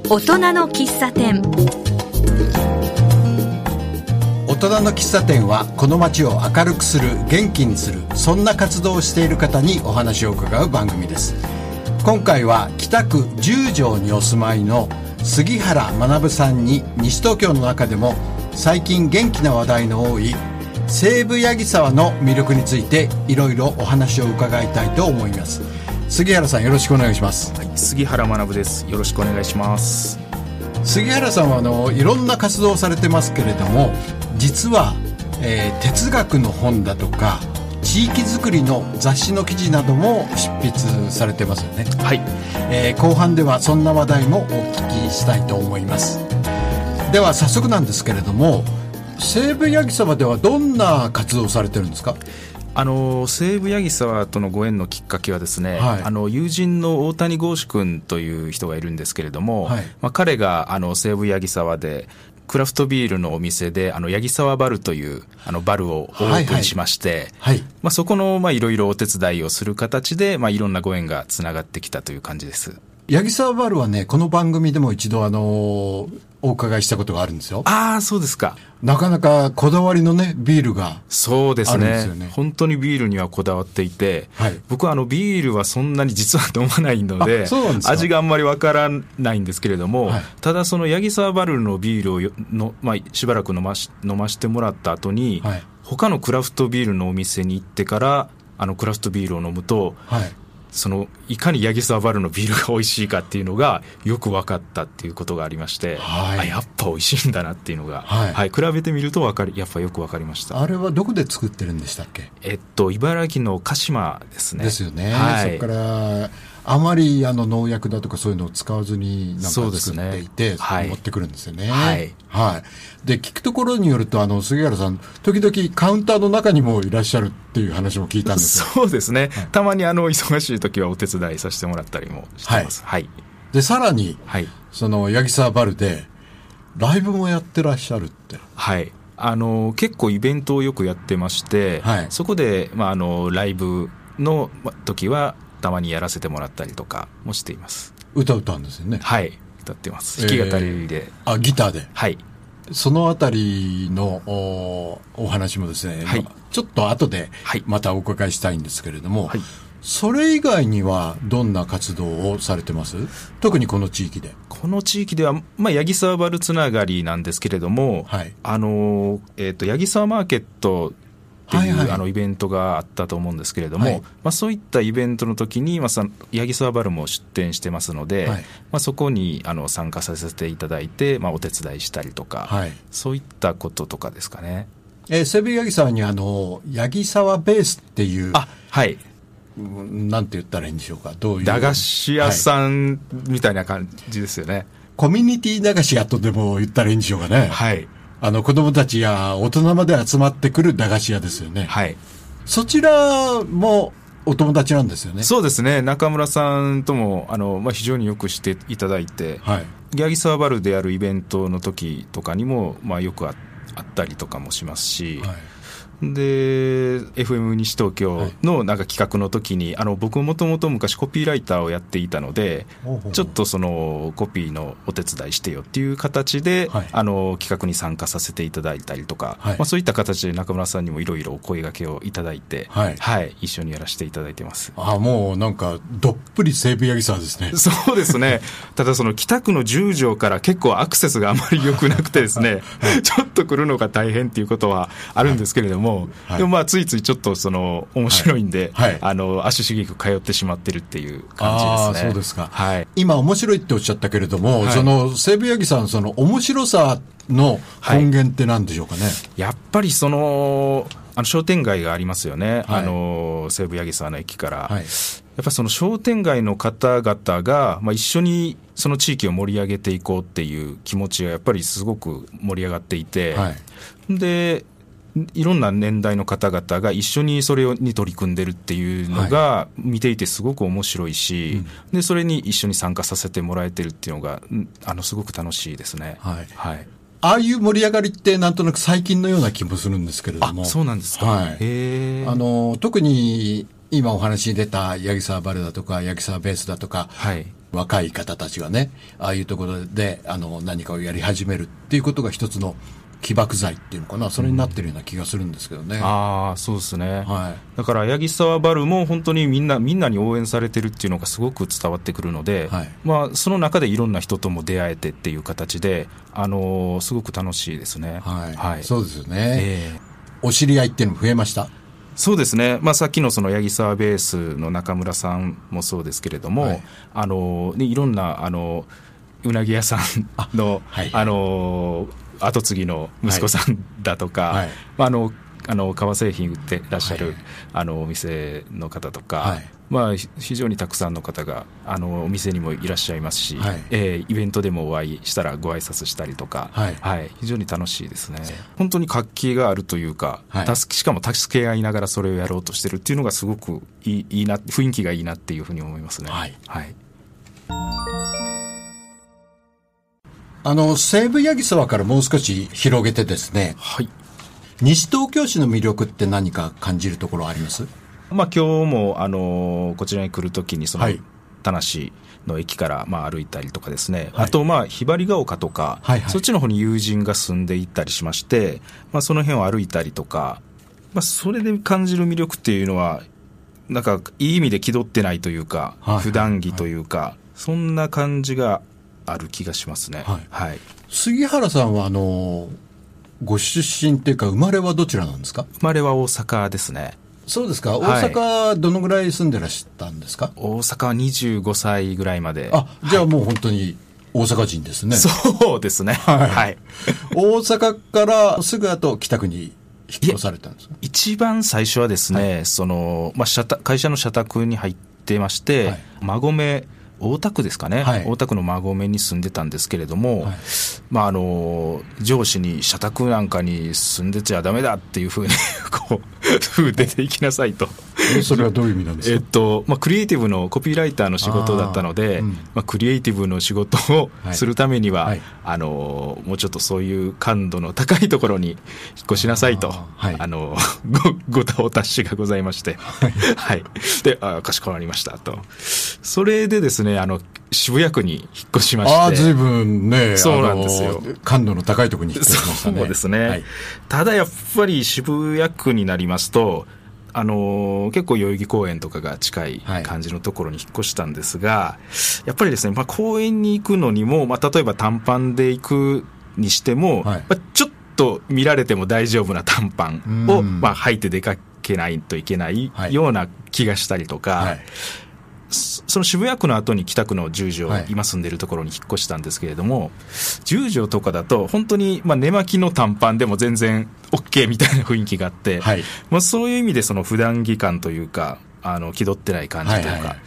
大人の喫茶店。 大人の喫茶店はこの街を明るくする、元気にする、そんな活動をしている方にお話を伺う番組です。今回は北区十条にお住まいの杉原学さんに、西東京の中でも最近元気な話題の多い西武八木沢の魅力についていろいろお話を伺いたいと思います。杉原さん、よろしくお願いします。 はい、杉原学です。よろしくお願いします。 杉原さんはいろんな活動をされてますけれども、実は、哲学の本だとか地域づくりの雑誌の記事なども執筆されてますよね。 はい、 後半ではそんな話題もお聞きしたいと思います。では早速なんですけれども、西武八木沢ではどんな活動をされてるんですか？ 西武八木沢とのご縁のきっかけはですね、はい、友人の大谷剛志君という人がいるんですけれども、はい、彼が西武八木沢でクラフトビールのお店で八木沢バルというバルをオープンしまして、はいはい、そこのいろいろお手伝いをする形で、いろんなご縁がつながってきたという感じです。 八木沢バルはね、この番組でも一度お伺いしたことがあるんですよ。 ああ、そうですか。 なかなかこだわりのね、ビールがあるんですよね。 そうですね。本当にビールにはこだわっていて、はい、僕はビールはそんなに実は飲まないので、味があんまりわからないんですけれども、はい、ただその八木沢バルのビールをしばらく飲ましてもらった後に、はい、他のクラフトビールのお店に行ってからクラフトビールを飲むと、はい、いかに八木沢バルのビールが美味しいかっていうのがよく分かったっていうことがありまして、はい、やっぱ美味しいんだなっていうのが、はいはい、比べてみるとやっぱよく分かりました。 あれはどこで作ってるんでしたっけ？ 茨城の鹿島ですね。 ですよね、はい、そこからあまり農薬だとかそういうのを使わずになんか作っていて、ね、はい、持ってくるんですよね。はいはい、で聞くところによると杉原さん時々カウンターの中にもいらっしゃるっていう話も聞いたんですよ。 そうですね、はい、たまに忙しい時はお手伝いさせてもらったりもしてます。はい、はい、 でさらに、はい、八木沢バルでライブもやってらっしゃるって。 はい、結構イベントをよくやってまして、はい、そこで、ライブの時はたまにやらせてもらったりとかもしています。 歌うんですよね。 はい、歌ってます。弾き語りで、 ギターで。 はい、 そのあたりの お話もですね、はい、ちょっと後でまたお伺いしたいんですけれども、はい、それ以外にはどんな活動をされてます？特にこの地域で。 この地域では、八木沢バルつながりなんですけれども、はい、八木沢マーケットっていう、はいはい、イベントがあったと思うんですけれども、はい、そういったイベントの時に、八木沢バルも出展してますので、はい、そこに参加させていただいて、お手伝いしたりとか、はい、そういったこととかですかね。 西武八木沢に八木沢ベースっていう、 はい、 なんて言ったらいいんでしょうか、どういう駄菓子屋さんみたいな感じですよね。 コミュニティ駄菓子屋とでも言ったらいいんでしょうかね。はい、子供たちや大人まで集まってくる駄菓子屋ですよね。はい。そちらもお友達なんですよね。 そうですね。中村さんとも非常によくしていただいて、はい、八木沢バルでやるイベントの時とかにもよくあったりとかもしますし、はい、で FM 西東京のなんか企画の時に、僕もともと昔コピーライターをやっていたので、ちょっとそのコピーのお手伝いしてよっていう形で、はい、企画に参加させていただいたりとか、はい、そういった形で中村さんにもいろいろお声掛けをいただいて、はいはい、一緒にやらせていただいてます。 もうなんかどっぷり西武八木沢ですね。 そうですね。ただその北区の十条から結構アクセスがあまり良くなくてですね、はい、ちょっと来るのが大変っていうことはあるんですけれども、はい、でもついついちょっと面白いんで、はいはい、足しげく通ってしまってるっていう感じですね。 そうですか。はい、今面白いっておっしゃったけれども、はい、西武八木さんその面白さの根源って何でしょうかね。はい、 やっぱり商店街がありますよね。はい、西武八木沢の駅から、はい、やっぱりその商店街の方々が、一緒にその地域を盛り上げていこうっていう気持ちがやっぱりすごく盛り上がっていて、はい、でいろんな年代の方々が一緒にそれに取り組んでるっていうのが見ていてすごく面白いし、でそれに一緒に参加させてもらえてるっていうのがすごく楽しいですね。はいはい、 ああいう盛り上がりってなんとなく最近のような気もするんですけれども。 そうなんですか。 はい、へ特に今お話に出た八木沢バルだとか八木沢ベースだとか、はい、 若い方たちがね、ああいうところで何かをやり始めるっていうことが一つの起爆剤っていうのかな、それになってるような気がするんですけどね。 ああ、そうですね、はい、だから八木沢バルも本当にみんなに応援されてるっていうのがすごく伝わってくるので、はい、まあ、その中でいろんな人とも出会えてっていう形で、すごく楽しいですね。 はい、はい、そうですよね、お知り合いっていうのも増えました？ そうですね、まあ、さっきのその八木沢ベースの中村さんもそうですけれども、はい、いろんなうなぎ屋さんの、はい、後継ぎの息子さんだとか、はい、まあ、革製品売ってらっしゃる、はい、お店の方とか、はい、まあ、非常にたくさんの方がお店にもいらっしゃいますし、はい、イベントでもお会いしたらご挨拶したりとか、はいはい、非常に楽しいですね。本当に活気があるというか、はい、しかも助け合いながらそれをやろうとしてるっていうのがすごくいいな、雰囲気がいいなっていうふうに思いますね。はいはい、 西武八木沢からもう少し広げてですね、はい、西東京市の魅力って何か感じるところあります？ まあ、今日もこちらに来るときにその、はい、田無の駅からまあ歩いたりとかですね、はい、あとまあひばりが丘とか、はいはい、そっちの方に友人が住んでいったりしまして、まあ、その辺を歩いたりとか、まあ、それで感じる魅力っていうのはなんかいい意味で気取ってないというか、はい、普段着というか、はい、そんな感じがある気がしますね。はいはい、 杉原さんはご出身っていうか生まれはどちらなんですか？ 生まれは大阪ですね。 そうですか。大阪どのぐらい住んでらしたんですか？ 大阪は25歳ぐらいまで。 じゃあもう本当に大阪人ですね。 そうですね。はい。はい、 大阪からすぐ後北区に引っ越されたんですか？ 一番最初はですね、はい、まあ、会社の社宅に入ってまして、はい、馬込大田区ですかね、はい、大田区の馬込に住んでたんですけれども、はい、まあ、上司に社宅なんかに住んでちゃダメだっていうふうにこう出ていきなさいと。 それはどういう意味なんですか？ まあ、クリエイティブのコピーライターの仕事だったので、まあ、クリエイティブの仕事をするためには、はいはい、もうちょっとそういう感度の高いところに引っ越しなさいと、はい、ごたお達しがございまして、はいはい、でかしこまりましたと。それでですね、渋谷区に引っ越しまして。 随分ね、 そうなんですよ。 感度の高いところに引っ越しましたね。 そうですね、はい、ただやっぱり渋谷区になりますと結構代々木公園とかが近い感じのところに引っ越したんですが、はい、やっぱりですね、まあ、公園に行くのにも、まあ、例えば短パンで行くにしても、はい、まあ、ちょっと見られても大丈夫な短パンを、まあ、履いて出かけないといけないような気がしたりとか、はいはい、その渋谷区の後に北区の十条、はい、今住んでるところに引っ越したんですけれども、十条とかだと本当にまあ寝巻きの短パンでも全然 OK みたいな雰囲気があって、はい、まあ、そういう意味でその普段着感というか気取ってない感じというか、はいはい、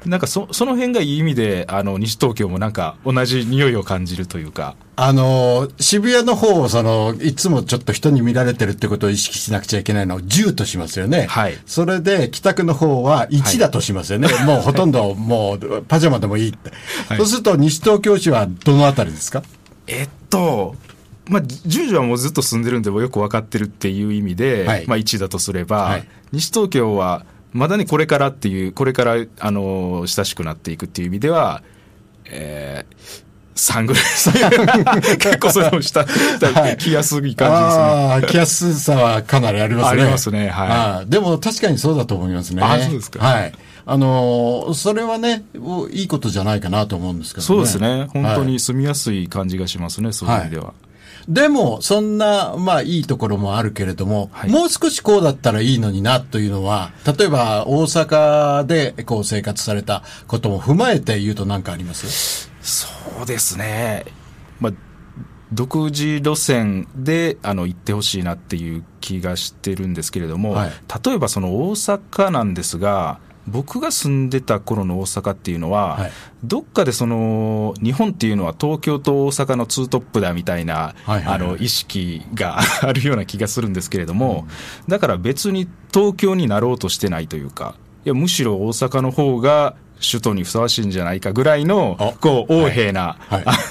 なんかその辺がいい意味で西東京もなんか同じ匂いを感じるというか、 渋谷の方をいつもちょっと人に見られてるってことを意識しなくちゃいけないのを10としますよね。はい。それで北区の方は1だとしますよね。はい、もうほとんどもうパジャマでもいいって。はい、そうすると西東京市はどのあたりですか？ まあ、十条はもうずっと住んでるんでよく分かってるっていう意味で、はい、まあ1だとすれば、はい、西東京はまだねこれから親しくなっていくっていう意味では、3ぐらい結構それもした気安い感じですね。 気安さはかなりありますね。 ありますね。はい。 でも確かにそうだと思いますね。 そうですか。 はい。それはね、いいことじゃないかなと思うんですけどね。 そうですね。本当に住みやすい感じがしますね。はい、そういう意味では。はい、 でも、そんな、まあ、いいところもあるけれども、はい、もう少しこうだったらいいのにな、というのは、例えば、大阪で、こう、生活されたことも踏まえて言うと何かあります？ そうですね。まあ、独自路線で、行ってほしいなっていう気がしてるんですけれども、はい、例えばその大阪なんですが、僕が住んでた頃の大阪っていうのは、はい、どっかでその日本っていうのは東京と大阪のツートップだみたいな、はいはいはい、意識があるような気がするんですけれども、だから別に東京になろうとしてないというか、いやむしろ大阪の方が首都にふさわしいんじゃないかぐらいのこう横柄な、はいはい、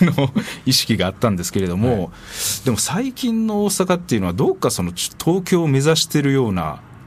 意識があったんですけれども、はい、でも最近の大阪っていうのはどっかその東京を目指してるような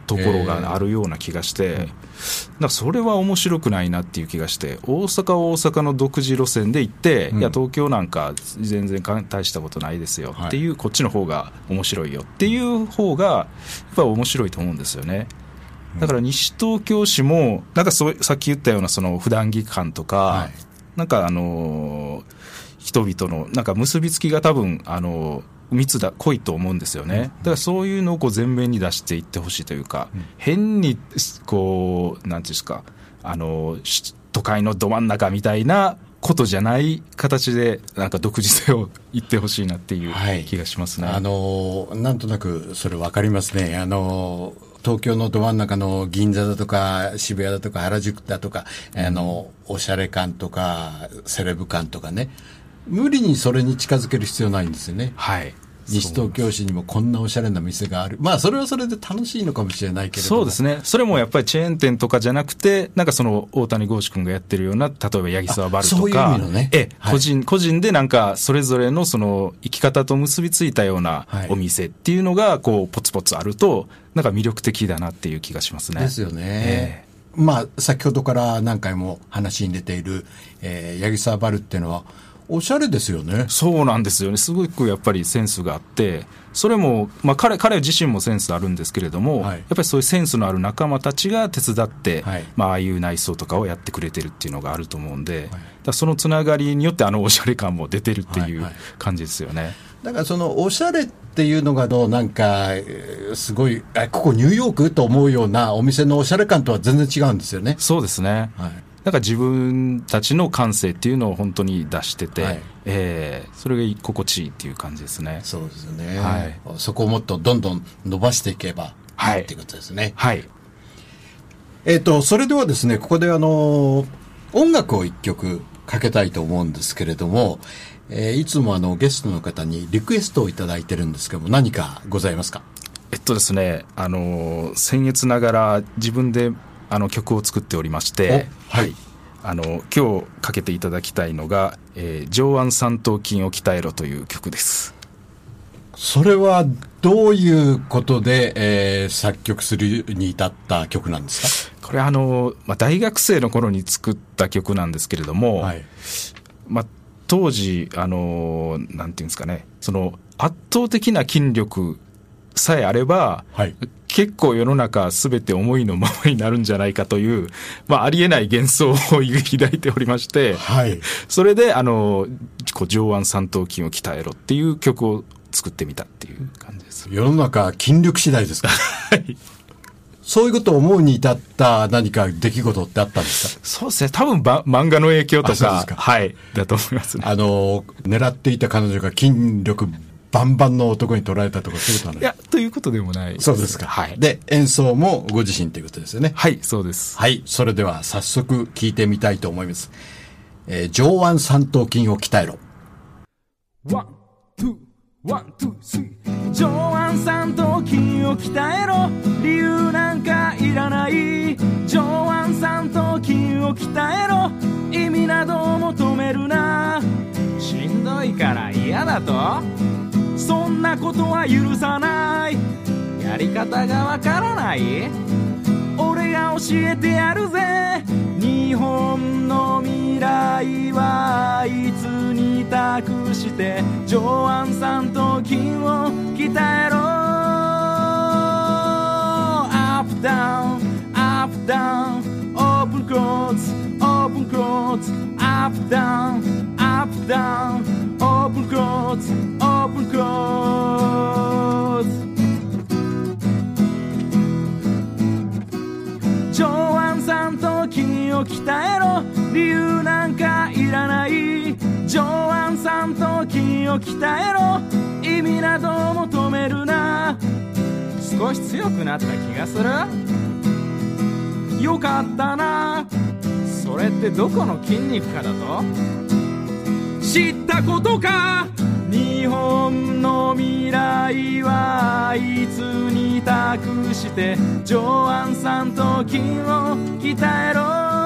ところがあるような気がして、だからそれは面白くないなっていう気がして、大阪は大阪の独自路線で行って、いや東京なんか全然大したことないですよっていう、こっちの方が面白いよっていう方がやっぱり面白いと思うんですよね。だから西東京市もなんかさっき言ったようなその普段着感とか、なんか人々のなんか結びつきが多分濃いと思うんですよね。だからそういうのをこう前面に出していってほしいというか、変にこうなんていうんですか、都会のど真ん中みたいなことじゃない形でなんか独自性を言ってほしいなっていう気がしますね。 なんとなくそれ分かりますね。東京のど真ん中の銀座だとか渋谷だとか原宿だとか、おしゃれ感とかセレブ感とかね、無理にそれに近づける必要ないんですよね。はい。西東京市にもこんなおしゃれな店がある。まあそれはそれで楽しいのかもしれないけれども。 そうですね。それもやっぱりチェーン店とかじゃなくて、なんかその大谷豪志君がやってるような、例えば八木沢バルとか、 そういう意味のね、 個人でなんかそれぞれのその生き方と結びついたようなお店っていうのがこうポツポツあると、なんか魅力的だなっていう気がしますね。 ですよね。まあ先ほどから何回も話に出ている、八木沢バルっていうのはおしゃれですよね。 そうなんですよね。すごくやっぱりセンスがあって、それも、まあ、彼自身もセンスあるんですけれども、やっぱりそういうセンスのある仲間たちが手伝って、まあ、ああいう内装とかをやってくれてるっていうのがあると思うんで、だそのつながりによっておしゃれ感も出てるっていう感じですよね。 だからそのおしゃれっていうのがなんかすごいここニューヨークと思うようなお店のおしゃれ感とは全然違うんですよね。 そうですね。なんか自分たちの感性っていうのを本当に出してて、それが心地いいっていう感じですね。 そうですね。そこをもっとどんどん伸ばしていけばいいっていうことですね。それではですね、ここで音楽を一曲かけたいと思うんですけれども、いつもゲストの方にリクエストをいただいてるんですけども、何かございますか？ ですね、僭越ながら自分で曲を作っておりまして、今日かけていただきたいのが、上腕三頭筋を鍛えろという曲です。 それはどういうことで、作曲するに至った曲なんですか？ これ大学生の頃に作った曲なんですけれども、当時なんていうんですかね、その圧倒的な筋力さえあれば、結構世の中すべて思いのままになるんじゃないかという、ありえない幻想を抱いておりまして、それで上腕三頭筋を鍛えろっていう曲を作ってみたっていう感じです。 世の中筋力次第ですか？そういうことを思うに至った何か出来事ってあったんですか？ そうですね。多分漫画の影響とか、だと思いますね。 狙っていた彼女が筋力バンバンの男に捉えたとかそういうことはない？ いや、ということでもない。 そうですか。で、演奏もご自身ということですよね。 はい、そうです。 それでは早速聞いてみたいと思います。上腕三頭筋を鍛えろ。 ワン、ツー、ワン、ツー、スリー。上腕三頭筋を鍛えろ。理由なんかいらない。上腕三頭筋を鍛えろ。意味など求めるな。しんどいから嫌だと？そんなことは許さない。やり方がわからない？俺が教えてやるぜ。日本の未来はいつに託して上腕三頭筋を鍛えろ。アップダウンアップダウンオープンクローズオープンクローズアップダウンアップダウンオープンクローズオープンクローズ。上腕三頭筋を鍛えろ。理由なんかいらない。上腕三頭筋を鍛えろ。意味など求めるな。少し強くなった気がする。よかったな。それってどこの筋肉かだと？知ったことか。日本の未来はいつに託して上腕三頭筋を鍛えろ。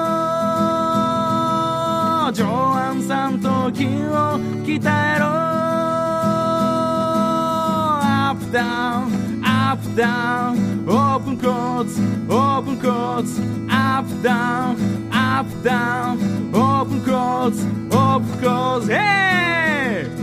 上腕三頭筋を鍛えろ。アップダウンアップダウンオープンクローズオープンクローズアップダウンアップダウンオープンクローズオープンクローズヘイ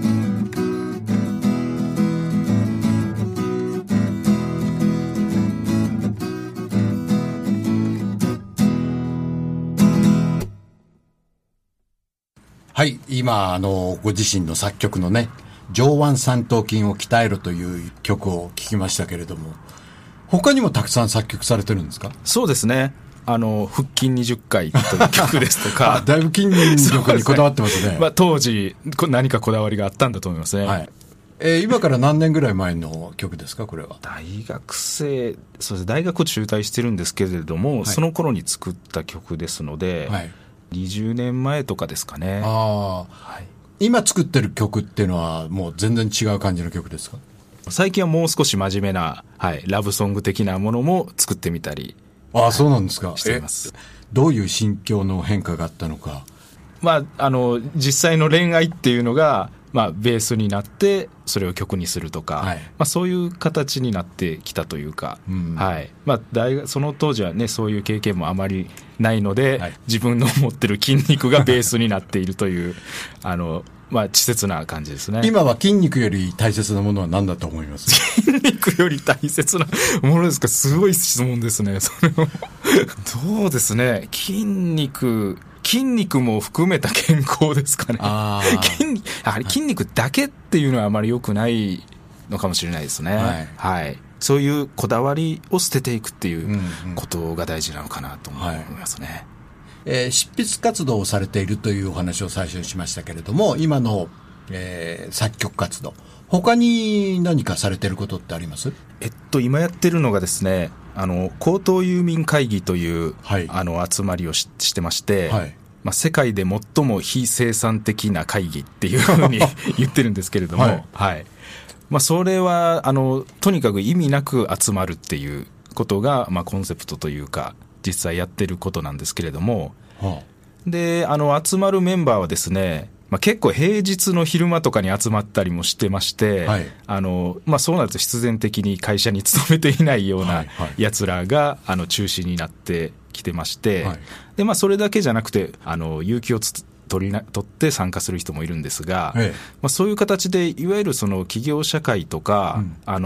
はい、今ご自身の作曲のね、上腕三頭筋を鍛えるという曲を聴きましたけれども、他にもたくさん作曲されてるんですか？ そうですね。腹筋20回という曲ですとかだいぶ筋力にこだわってますね。 当時何かこだわりがあったんだと思いますね。 はい。今から何年ぐらい前の曲ですか、これは？ 大学生、そうです。大学を中退してるんですけれども、はい、その頃に作った曲ですので、はい、20年前とかですかね。 はい、今作ってる曲っていうのはもう全然違う感じの曲ですか？ 最近はもう少し真面目な、はい、ラブソング的なものも作ってみたり。 そうなんですか。 しています。 どういう心境の変化があったのか。 実際の恋愛っていうのが、ベースになってそれを曲にするとか、はい、そういう形になってきたというか、はい、その当時はね、そういう経験もあまりないので、はい、自分の持ってる筋肉がベースにな稚拙な感じですね。 今は筋肉より大切なものは何だと思います？ 筋肉より大切なものですか？すごい質問ですね。それもどうですね。筋肉も含めた健康ですかね。やはり筋肉だけっていうのはあまり良くないのかもしれないですね。はいはい、そういうこだわりを捨てていくっていうことが大事なのかなと思いますね。 執筆活動をされているというお話を最初にしましたけれども、今の、作曲活動、他に何かされていることってあります？ 今やってるのがですね、高等遊民会議という、はい、集まりをしてまして、はい、世界で最も非生産的な会議っていうふうに言ってるんですけれども、はいはい、それはとにかく意味なく集まるっていうことが、コンセプトというか実際やってることなんですけれども、はあ、で集まるメンバーはですね、結構平日の昼間とかに集まったりもしてまして、はい、そうなると必然的に会社に勤めていないようなやつらが中心になってきてまして、はい、でそれだけじゃなくて有給を取って参加する人もいるんですが、そういう形でいわゆるその企業社会とか、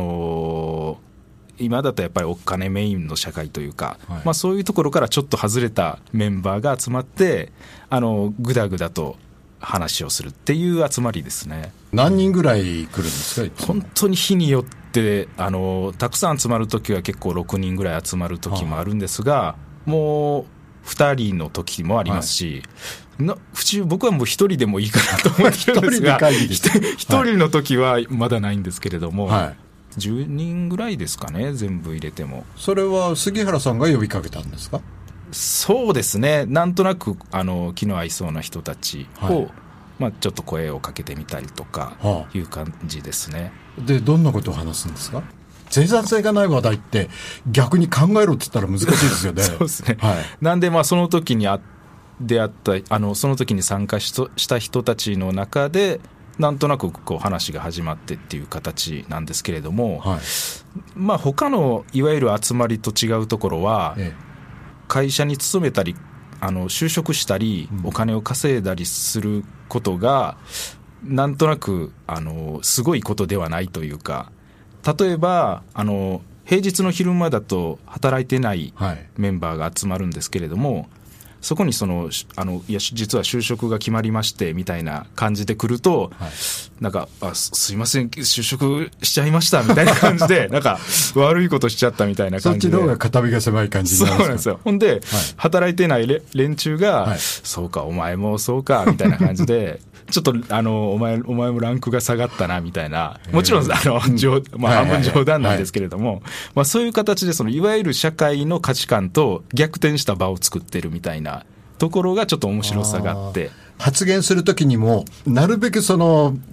今だとやっぱりお金メインの社会というか、はい、そういうところからちょっと外れたメンバーが集まってぐだぐだと話をするっていう集まりですね。 何人ぐらい来るんですか？ 本当に日によってたくさん集まるときは結構6人ぐらい集まるときもあるんですが、もう2人のときもありますし、僕はもう1人でもいいかなと思ってるんですが1人のときはまだないんですけれども、はい、10人ぐらいですかね、全部入れても。 それは杉原さんが呼びかけたんですか？ そうですね、なんとなく気の合いそうな人たちを、はい、ちょっと声をかけてみたりとかいう感じですね。 でどんなことを話すんですか？生産性がない話題って逆に考えろって言ったら難しいですよね。 そうですね、はい、なんでその時に出会ったその時に参加した人たちの中でなんとなくこう話が始まってっていう形なんですけれども、はい、他のいわゆる集まりと違うところは、会社に勤めたり就職したりお金を稼いだりすることがなんとなくすごいことではないというか、例えば平日の昼間だと働いてないメンバーが集まるんですけれども、そこにいや実は就職が決まりましてみたいな感じで来ると、はい、なんかすいません就職しちゃいましたみたいな感じでなんか悪いことしちゃったみたいな感じで、 そっちの方が肩身が狭い感じになりますか？ そうなんですよ。ほんで、はい、働いてない連中が、はい、そうかお前もそうかみたいな感じでちょっとお前もランクが下がったなみたいな、もちろん半分冗談なんですけれども、そういう形でいわゆる社会の価値観と逆転した場を作ってるみたいなところがちょっと面白さがあって、 発言するときにもなるべく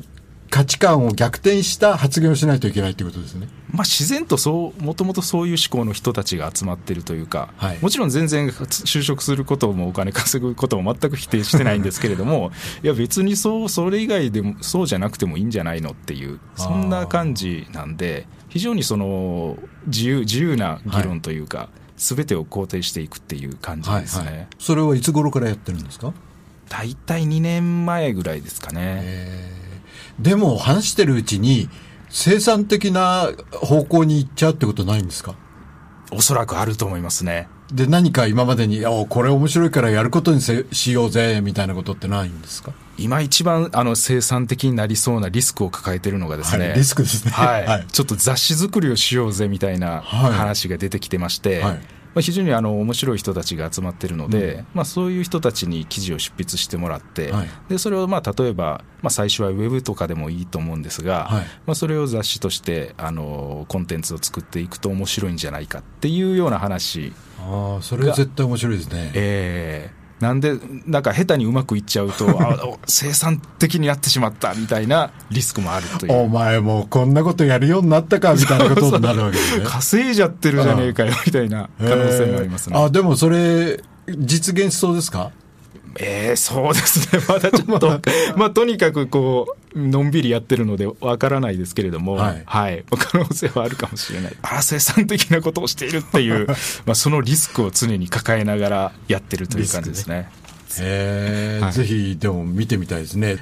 価値観を逆転した発言をしないといけないということですね。 自然ともともとそういう思考の人たちが集まってるというか、もちろん全然就職することもお金稼ぐことも全く否定してないんですけれどもいや別にそれ以外でもそうじゃなくてもいいんじゃないのっていうそんな感じなんで、非常にその自由な議論というか、全てを肯定していくっていう感じですね。 それはいつ頃からやってるんですか？ 大体2年前ぐらいですかね。 でも話してるうちに生産的な方向に行っちゃうってことないんですか？ おそらくあると思いますね。 で何か今までにこれ面白いからやることにしようぜみたいなことってないんですか？ 今一番生産的になりそうなリスクを抱えているのがですね、 リスクですね、 ちょっと雑誌作りをしようぜみたいな話が出てきてまして、非常に面白い人たちが集まっているので、そういう人たちに記事を執筆してもらって、でそれを例えば、最初はウェブとかでもいいと思うんですが、それを雑誌としてコンテンツを作っていくと面白いんじゃないかっていうような話が。 それは絶対面白いですね。 なんか下手にうまくいっちゃうと生産的になってしまったみたいなリスクもあるという。 お前もうこんなことやるようになったかみたいなことになるわけですね。 稼いじゃってるじゃねえかよみたいな可能性もありますね。 でもそれ実現しそうですか？ そうですね。まだちょっととにかくのんびりやってるのでわからないですけれども、可能性はあるかもしれない。生産的なことをしているっていうそのリスクを常に抱えながらやってるという感じですね。 ぜひでも見てみたいですね。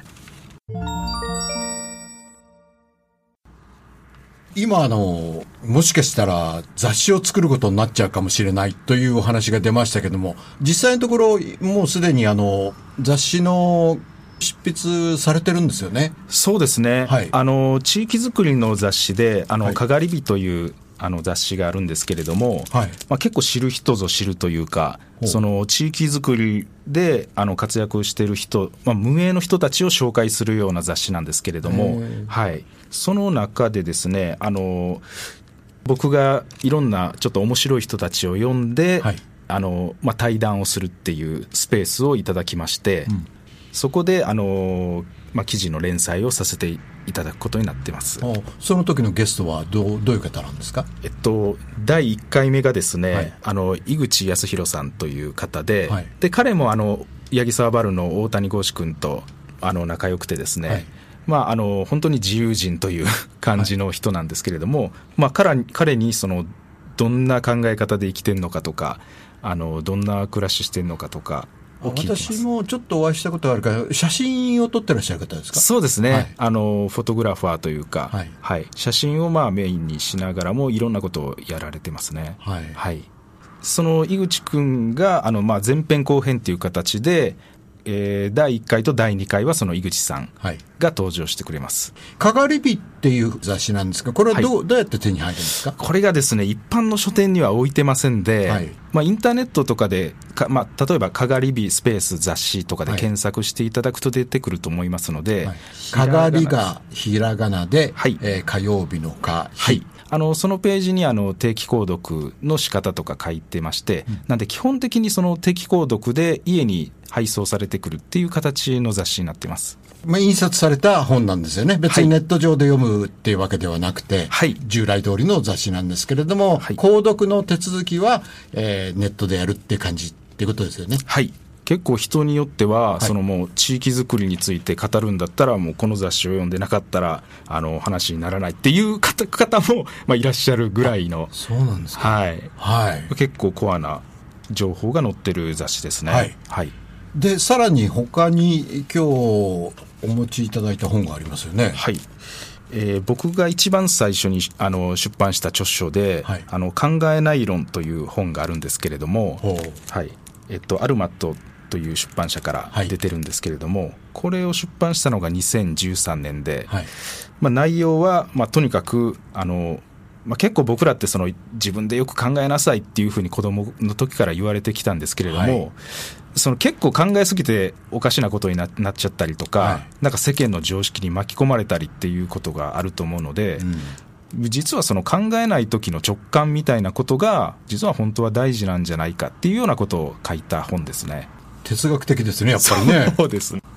今もしかしたら雑誌を作ることになっちゃうかもしれないというお話が出ましたけども、実際のところもうすでに雑誌の執筆されてるんですよね。 そうですね、地域づくりの雑誌でかがり火という雑誌があるんですけれども、結構知る人ぞ知るというか、その地域づくりで活躍している人、無名の人たちを紹介するような雑誌なんですけれども、その中でですね、僕がいろんなちょっと面白い人たちを呼んで、対談をするっていうスペースをいただきまして、そこで記事の連載をさせていただくことになっています。 その時のゲストはどういう方なんですか？ 第1回目がですね、井口康弘さんという方で、で彼も八木沢バルの大谷剛志君と仲良くてですね、本当に自由人という感じの人なんですけれども、彼にどんな考え方で生きてるのかとか、どんな暮らししてるのかとかを聞いてます。 私もちょっとお会いしたことがあるから、写真を撮ってらっしゃる方ですか？ そうですね、フォトグラファーというか、写真をメインにしながらもいろんなことをやられてますね。その井口くんが前編後編という形で、第1回と第2回はその井口さんが登場してくれます。 かがり火っていう雑誌なんですが、これはどうやって手に入るんですか？ これがですね、一般の書店には置いてませんで、インターネットとかで例えばかがり火スペース雑誌とかで検索していただくと出てくると思いますので、 かがりがひらがなで、火曜日のか、 そのページに定期購読の仕方とか書いてまして、なんで基本的にその定期購読で家に配送されてくるっていう形の雑誌になってます。 印刷された本なんですよね。別にネット上で読むっていうわけではなくて、従来通りの雑誌なんですけれども、購読の手続きは、ネットでやるって感じっていうことですよね。 結構人によっては、もう地域づくりについて語るんだったら、もうこの雑誌を読んでなかったら話にならないっていう方も、いらっしゃるぐらいの。 そうなんですか。 結構コアな情報が載ってる雑誌ですね。 でさらに他に今日お持ちいただいた本がありますよね。 僕が一番最初に出版した著書で、考えない論という本があるんですけれども、アルマットという出版社から出てるんですけれども、これを出版したのが2013年で、内容は、とにかく結構僕らって自分でよく考えなさいっていうふうに子供の時から言われてきたんですけれども、結構考えすぎておかしなことに なっちゃったりとか、なんか世間の常識に巻き込まれたりっていうことがあると思うので、実は考えない時の直感みたいなことが実は本当は大事なんじゃないかっていうようなことを書いた本ですね。 哲学的ですね、やっぱりね。 そうですね。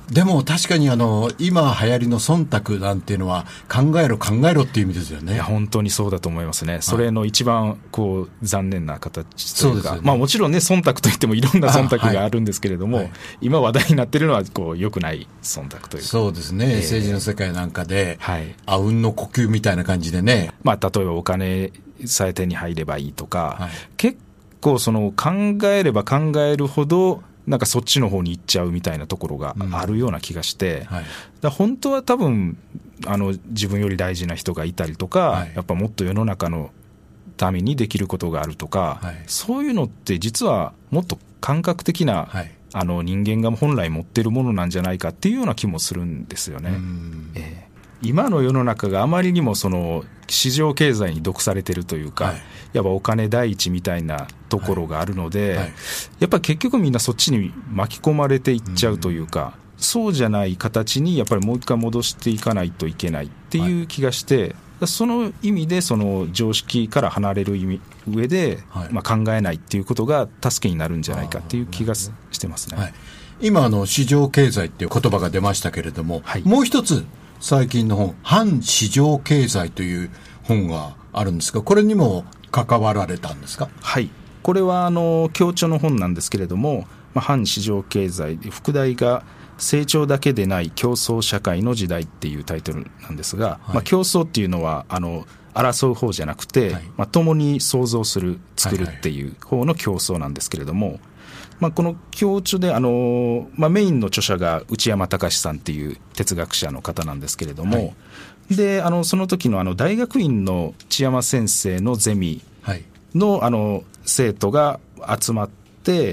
でも確かに今流行りの忖度なんていうのは考えろっていう意味ですよね。 いや本当にそうだと思いますね。それの一番残念な形というか、ね、もちろんね忖度といってもいろんな忖度があるんですけれども、今話題になっているのは良くない忖度というか。 そうですね、政治の世界なんかで、あうんの呼吸みたいな感じでね、 例えばお金さえ手に入ればいいとか、結構考えれば考えるほどなんかそっちの方に行っちゃうみたいなところがあるような気がして、だ本当は多分自分より大事な人がいたりとか、やっぱもっと世の中のためにできることがあるとか、そういうのって実はもっと感覚的な、人間が本来持っているものなんじゃないかっていうような気もするんですよね。今の世の中があまりにも市場経済に毒されてるというか、やっぱお金第一みたいなところがあるので、やっぱり結局みんなそっちに巻き込まれていっちゃうというか、そうじゃない形にやっぱりもう一回戻していかないといけないっていう気がして、その意味で常識から離れる上で、考えないっていうことが助けになるんじゃないかっていう気がしてますね。 今市場経済っていう言葉が出ましたけれども、もう一つ最近の本、反市場経済という本があるんですが、これにも関わられたんですか？ はい、これは協調の本なんですけれども、反市場経済で副題が成長だけでない競争社会の時代っていうタイトルなんですが、競争っていうのは争う方じゃなくて、共に創造する作るっていう方の競争なんですけれども、この協調でメインの著者が内山隆さんっていう哲学者の方なんですけれども、でその時の大学院の千山先生のゼミの、生徒が集まって、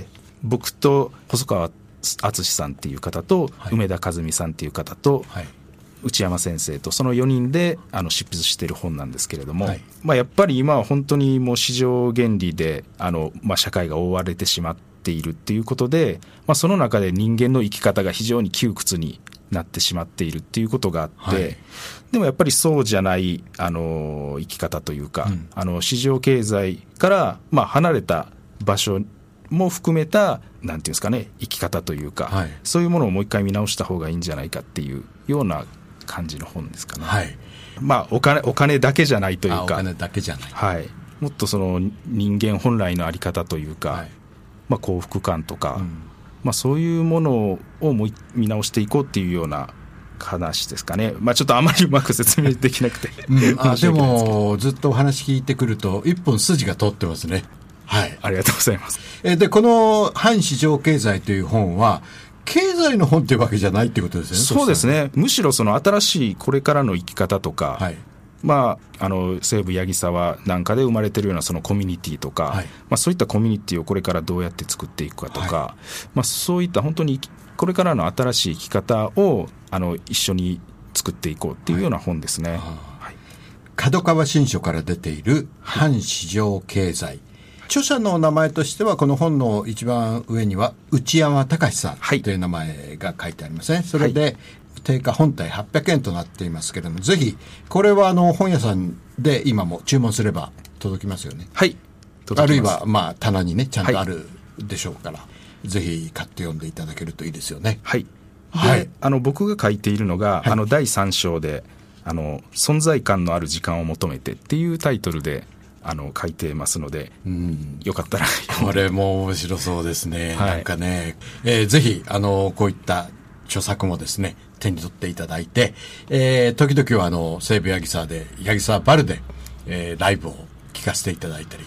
僕と細川敦さんっていう方と、梅田和美さんっていう方と、内山先生とその4人で執筆している本なんですけれども、やっぱり今は本当にもう市場原理で社会が覆われてしまっているっていうことで、その中で人間の生き方が非常に窮屈になってしまっているっていうことがあって、でもやっぱりそうじゃない生き方というか、市場経済から離れた場所も含めたなんていうんですかね、生き方というか、そういうものをもう一回見直した方がいいんじゃないかっていうような感じの本ですかね。お金だけじゃないというか、 お金だけじゃない、 もっと人間本来の在り方というか、幸福感とか、そういうものをもう見直していこうっていうような話ですかね。ちょっとあまりうまく説明できなくてでもずっとお話聞いてくると一本筋が通ってますね。 ありがとうございます。 でこの反市場経済という本は経済の本というわけじゃないっていうことですね。 そうですね。むしろ新しいこれからの生き方とか、西部八木沢なんかで生まれているようなそのコミュニティとか、そういったコミュニティをこれからどうやって作っていくかとか、そういった本当にこれからの新しい生き方を一緒に作っていこうっていうような本ですね。 角川新書から出ている反市場経済、著者の名前としてはこの本の一番上には内山隆さんという名前が書いてありますね。それで定価本体800円となっていますけれども、ぜひこれは本屋さんで今も注文すれば届きますよね。 届きます。 あるいは棚にねちゃんとあるでしょうから、ぜひ買って読んでいただけるといいですよね。 で僕が書いているのが、第3章で存在感のある時間を求めてっていうタイトルで書いてますので、よかったらこれも面白そうですね。なんかね、ぜひこういった著作もですね手に取っていただいて、時々は西武八木沢で八木沢バルで、ライブを聞かせていただいたり、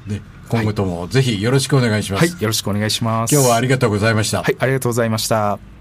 今後ともぜひよろしくお願いします。 よろしくお願いします。 今日はありがとうございました。 ありがとうございました。